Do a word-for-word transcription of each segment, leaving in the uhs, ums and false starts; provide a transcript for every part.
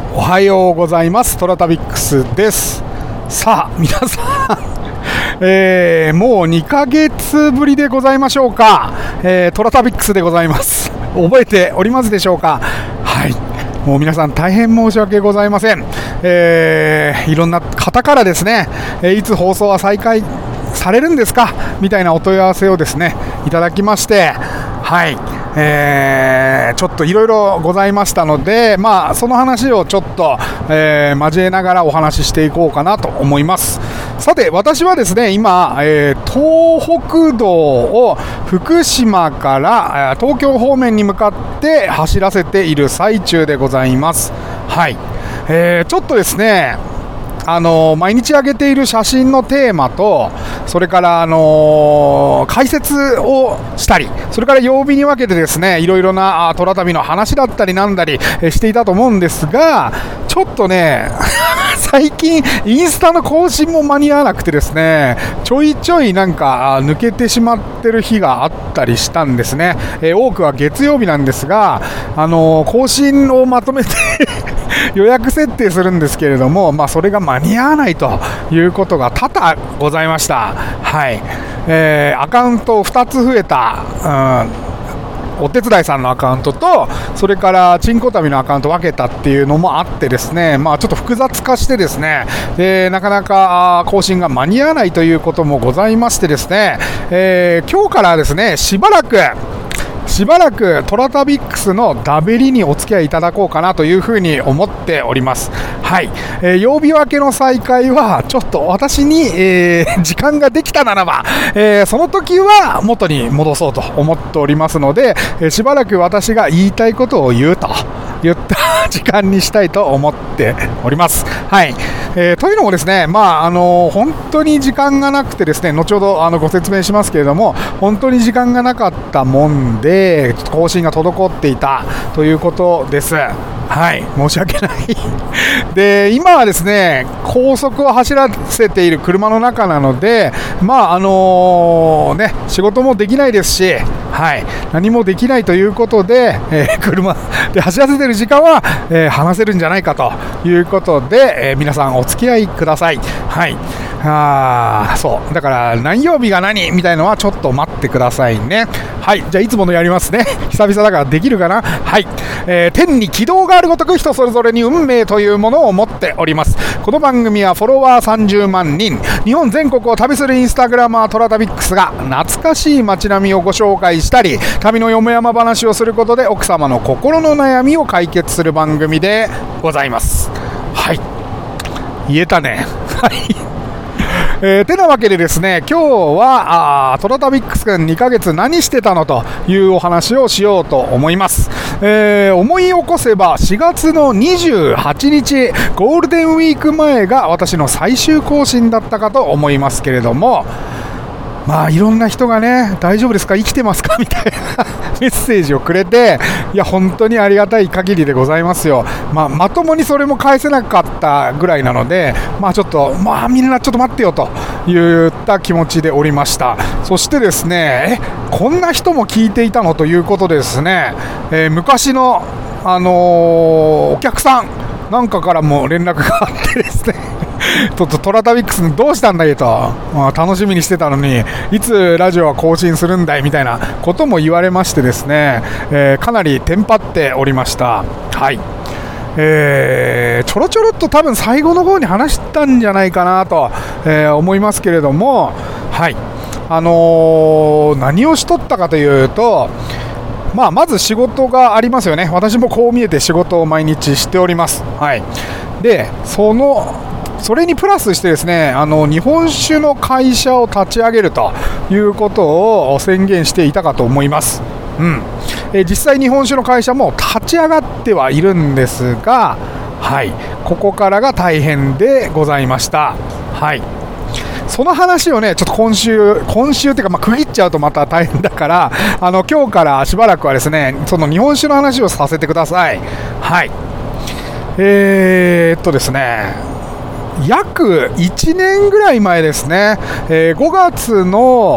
おはようございます。トラタビックスです。さあ皆さん、えー、もうにかげつぶりでございましょうか、えー、トラタビックスでございます。覚えておりますでしょうか。はい、もう皆さん大変申し訳ございません。えー、いろんな方からですね、えー、いつ放送は再開されるんですかみたいなお問い合わせをですねいただきまして、はい、えー、ちょっといろいろございましたので、まあ、その話をちょっと、えー、交えながらお話ししていこうかなと思います。さて私はですね今、えー、東北道を福島から東京方面に向かって走らせている最中でございます。はい、えー、ちょっとですねあの毎日上げている写真のテーマと、それからあの解説をしたり、それから曜日に分けてですねいろいろなトラ旅の話だったりなんだりしていたと思うんですが、ちょっとね最近インスタの更新も間に合わなくてですね、ちょいちょいなんか抜けてしまってる日があったりしたんですね。えー、多くは月曜日なんですが、あのー、更新をまとめて予約設定するんですけれども、まあ、それが間に合わないということが多々ございました。はい、えー、アカウントふたつ増えた、うん、お手伝いさんのアカウントと、それからチンコ旅のアカウント分けたっていうのもあってですね、まあ、ちょっと複雑化してですね、でなかなか更新が間に合わないということもございましてですね、えー、今日からですねしばらくしばらくトラタビックスのダベリにお付き合いいただこうかなというふうに思っております。はい、えー、曜日分けの再開はちょっと私に、えー、時間ができたならば、えー、その時は元に戻そうと思っておりますので、えー、しばらく私が言いたいことを言うと言った時間にしたいと思っております。はい、えー、というのもですね、まああのー、本当に時間がなくてですね、後ほどあのご説明しますけれども、本当に時間がなかったもんでちょっと更新が滞っていたということです。はい、申し訳ないで、今はですね高速を走らせている車の中なので、まああのー、ね仕事もできないですし、はい、何もできないということで、えー、車で走らせている時間は、えー、話せるんじゃないかということで、えー、皆さんお付き合いください。はい、あそうだから何曜日が何みたいのはちょっと待ってくださいね。はい、じゃあいつものやりますね。久々だからできるかな。はい、えー、天に軌道があるごとく人それぞれに運命というものを持っております。この番組はフォロワーさんじゅうまんにん、日本全国を旅するインスタグラマートラタビックスが懐かしい街並みをご紹介したり、旅のよもやま話をすることで奥様の心の悩みを解決する番組でございます。はい、言えたね。はいえー、てなわけでですね、今日はあトラタビックス君にかげつ何してたのというお話をしようと思います。えー、思い起こせばしがつのにじゅうはちにちゴールデンウィーク前が私の最終更新だったかと思いますけれども、まあいろんな人がね大丈夫ですか生きてますかみたいなメッセージをくれて、いや本当にありがたい限りでございますよ。まあ、まともにそれも返せなかったぐらいなので、まあちょっとまあみんなちょっと待ってよと言った気持ちでおりました。そしてですね、えこんな人も聞いていたのということでですね、えー、昔のあのー、お客さんなんかからも連絡があってですねちょっとトラタビックスにどうしたんだいと、まあ、楽しみにしてたのにいつラジオは更新するんだいみたいなことも言われましてですね、えー、かなりテンパっておりました。はい、えー、ちょろちょろっと多分最後の方に話したんじゃないかなと、えー、思いますけれども、はい、あのー、何をしとったかというと、まあ、まず仕事がありますよね。私もこう見えて仕事を毎日しております。はい、でそのそれにプラスしてですね、あの日本酒の会社を立ち上げるということを宣言していたかと思います。うん、え実際日本酒の会社も立ち上がってはいるんですが、はい、ここからが大変でございました。はい、その話をねちょっと今週今週っていうか、まあ、区切っちゃうとまた大変だから、あの今日からしばらくはですねその日本酒の話をさせてください。はい、えー、っとですね約いちねんぐらい前ですね、えー、ごがつの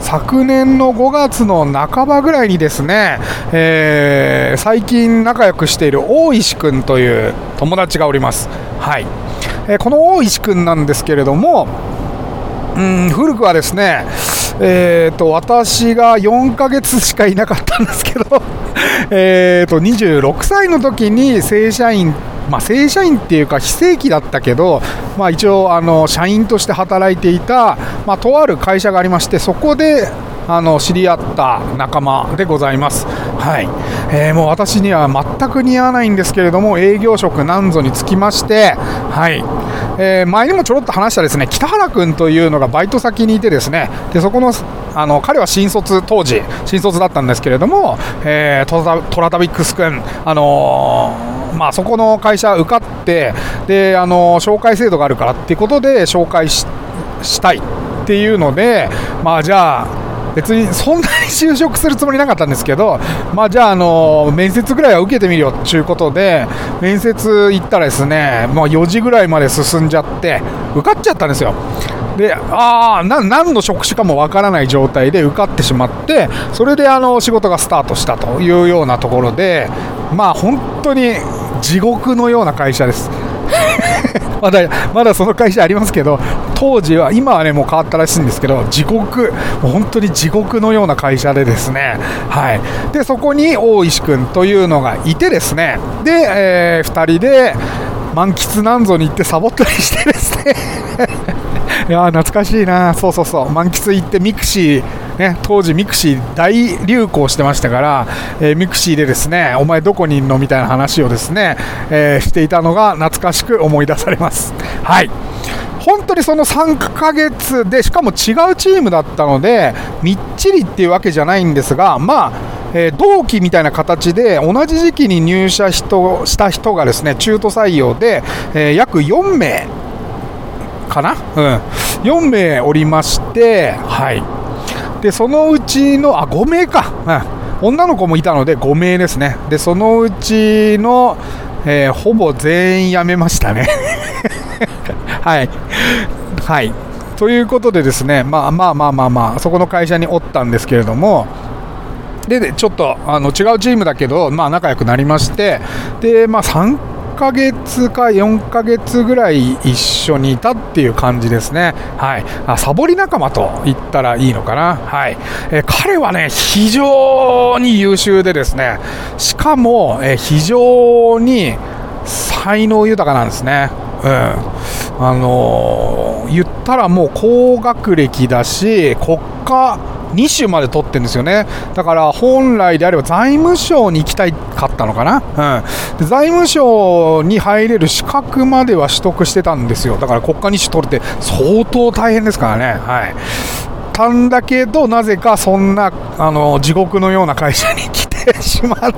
昨年のごがつの半ばぐらいにですね、えー、最近仲良くしている大石くんという友達がおります。はい、えー、この大石くんなんですけれども、うん、古くはですね、えー、と私がよんかげつしかいなかったんですけどえーとにじゅうろくさいの時に正社員、まあ、正社員っていうか非正規だったけど、まあ、一応あの社員として働いていた、まあ、とある会社がありまして、そこであの知り合った仲間でございます。はい、えー、もう私には全く似合わないんですけれども、営業職なんぞにつきまして、はい、えー、前にもちょろっと話したですね、北原君というのがバイト先にいてですね、でそこのあの彼は新卒、当時新卒だったんですけれども、えー、トラトラタビックス君、あのーまあ、そこの会社受かって、で、あのー、紹介制度があるからっていうことで紹介 し, したいっていうので、まあ、じゃあ別にそんなに就職するつもりなかったんですけど、まあ、じゃあ、あの面接ぐらいは受けてみるよということで面接行ったらですね、もうよじぐらいまで進んじゃって受かっちゃったんですよ。で、あな何の職種かもわからない状態で受かってしまって、それであの仕事がスタートしたというようなところで、まあ本当に地獄のような会社ですまだまだその会社ありますけど、当時は、今はねもう変わったらしいんですけど、地獄、もう本当に地獄のような会社でですね、はい、でそこに大石君というのがいてですね、で、えー、ふたりで満喫なんぞに行ってサボったりしてですねいや懐かしいな、そうそうそう、満喫行ってミクシー、ね、当時ミクシー大流行してましたから、えー、ミクシーでですね、お前どこにいんのみたいな話をですね、えー、していたのが懐かしく思い出されます。はい、本当にそのさんかげつで、しかも違うチームだったのでみっちりっていうわけじゃないんですが、まあえー、同期みたいな形で同じ時期に入社した人がですね、中途採用で、えー、約よんめいかな、うん、よんめいおりまして、はい、でそのうちのあごめいか、うん、女の子もいたのでごめいですね。でそのうちの、えー、ほぼ全員辞めましたねはい、はい、ということでですね、まあまあまあまあまあそこの会社におったんですけれども、でちょっとあの違うチームだけど、まあ、仲良くなりまして、で、まあ、さんかげつかよんかげつぐらい一緒にいたっていう感じですね。はい、あサボり仲間と言ったらいいのかな。はい、え彼はね非常に優秀でですね、しかもえ非常に才能豊かなんですね。うん、あのー、言ったらもう高学歴だし、国家に種まで取ってるんですよね。だから本来であれば財務省に行きたかったのかな、うん、で財務省に入れる資格までは取得してたんですよ。だから国家に種取れて相当大変ですからね。はい、たんだけどなぜかそんなあの地獄のような会社に来てしまって、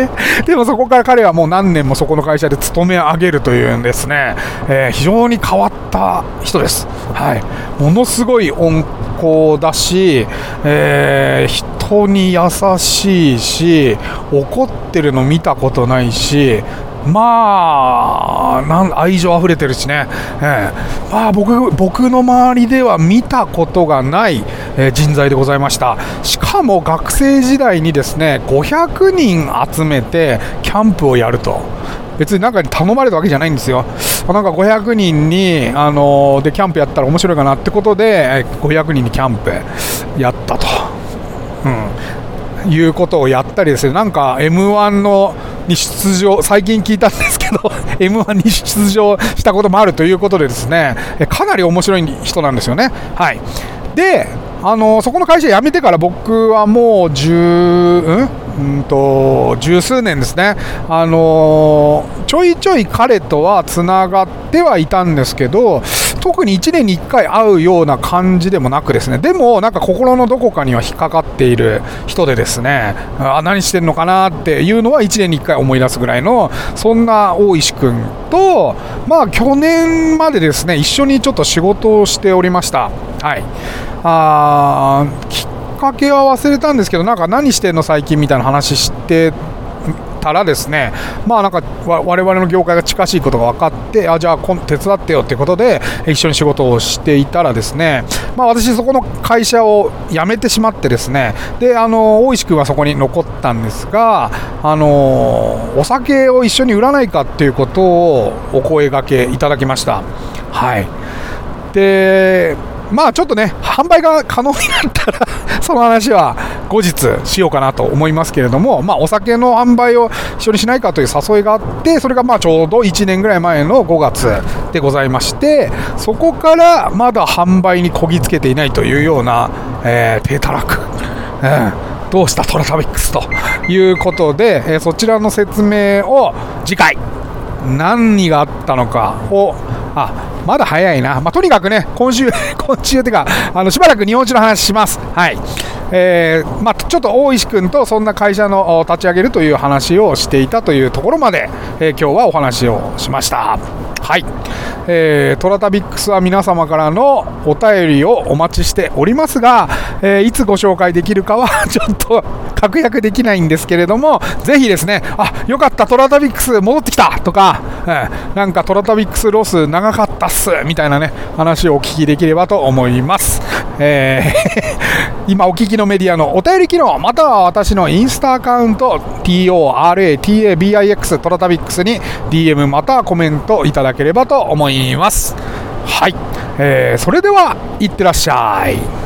でもそこから彼はもう何年もそこの会社で勤め上げるというんですね、えー、非常に変わった人です。はい、ものすごい温厚だし、えー、人に優しいし、怒ってるの見たことないし、まあなん愛情あふれてるしね、えーまあ、僕, 僕の周りでは見たことがない、えー、人材でございました。しかも学生時代にですねごひゃくにん集めてキャンプをやると。別に何かに頼まれたわけじゃないんですよ。なんかごひゃくにんに、あのー、でキャンプやったら面白いかなってことでごひゃくにんにキャンプやったと、うん、いうことをやったりですね、なんか エムワン のに出場、最近聞いたんですけどエムワン に出場したこともあるということでですね、かなり面白い人なんですよね。はい、で、あのー、そこの会社辞めてから僕はもう十、うんうんと十数年ですね、あのー、ちょいちょい彼とはつながってはいたんですけど、特にいちねんにいっかい会うような感じでもなくですね、でもなんか心のどこかには引っかかっている人でですね、あ何してんのかなっていうのはいちねんにいっかい思い出すぐらいの、そんな大石くんと、まあ去年までですね一緒にちょっと仕事をしておりました。はい、あきっかけは忘れたんですけど、なんか何してんの最近みたいな話してたらですね、まあなんか我々の業界が近しいことが分かって、あじゃあ手伝ってよっていうことで一緒に仕事をしていたらですね、まあ私そこの会社を辞めてしまってですね、であの大石君はそこに残ったんですが、あのお酒を一緒に売らないかっていうことをお声掛けいただきました。はい。でまあちょっとね、販売が可能になったらその話は後日しようかなと思いますけれども、まあお酒の販売を一緒にしないかという誘いがあって、それがまあちょうどいちねんぐらい前のごがつでございまして、そこからまだ販売にこぎつけていないというような、えー、低たらく、うんどうしたトラタビックスということで、えー、そちらの説明を次回何があったのかを、あまだ早いな、まあ、とにかくね今週今週っていうかあのしばらく日本酒の話します。はい。えーまあ、ちょっと大石君とそんな会社の立ち上げるという話をしていたというところまで、えー、今日はお話をしました。はい、えー、トラタビックスは皆様からのお便りをお待ちしておりますが、えー、いつご紹介できるかはちょっと確約できないんですけれども、ぜひですね、あよかったトラタビックス戻ってきたとか、えー、なんかトラタビックスロス長かったっすみたいなね話をお聞きできればと思います。えー、今お聞きのメディアのお便り機能、または私のインスタアカウント トラタビックス トラタビックスに ディーエム またはコメントいただければと思います。はい、えー、それではいってらっしゃい。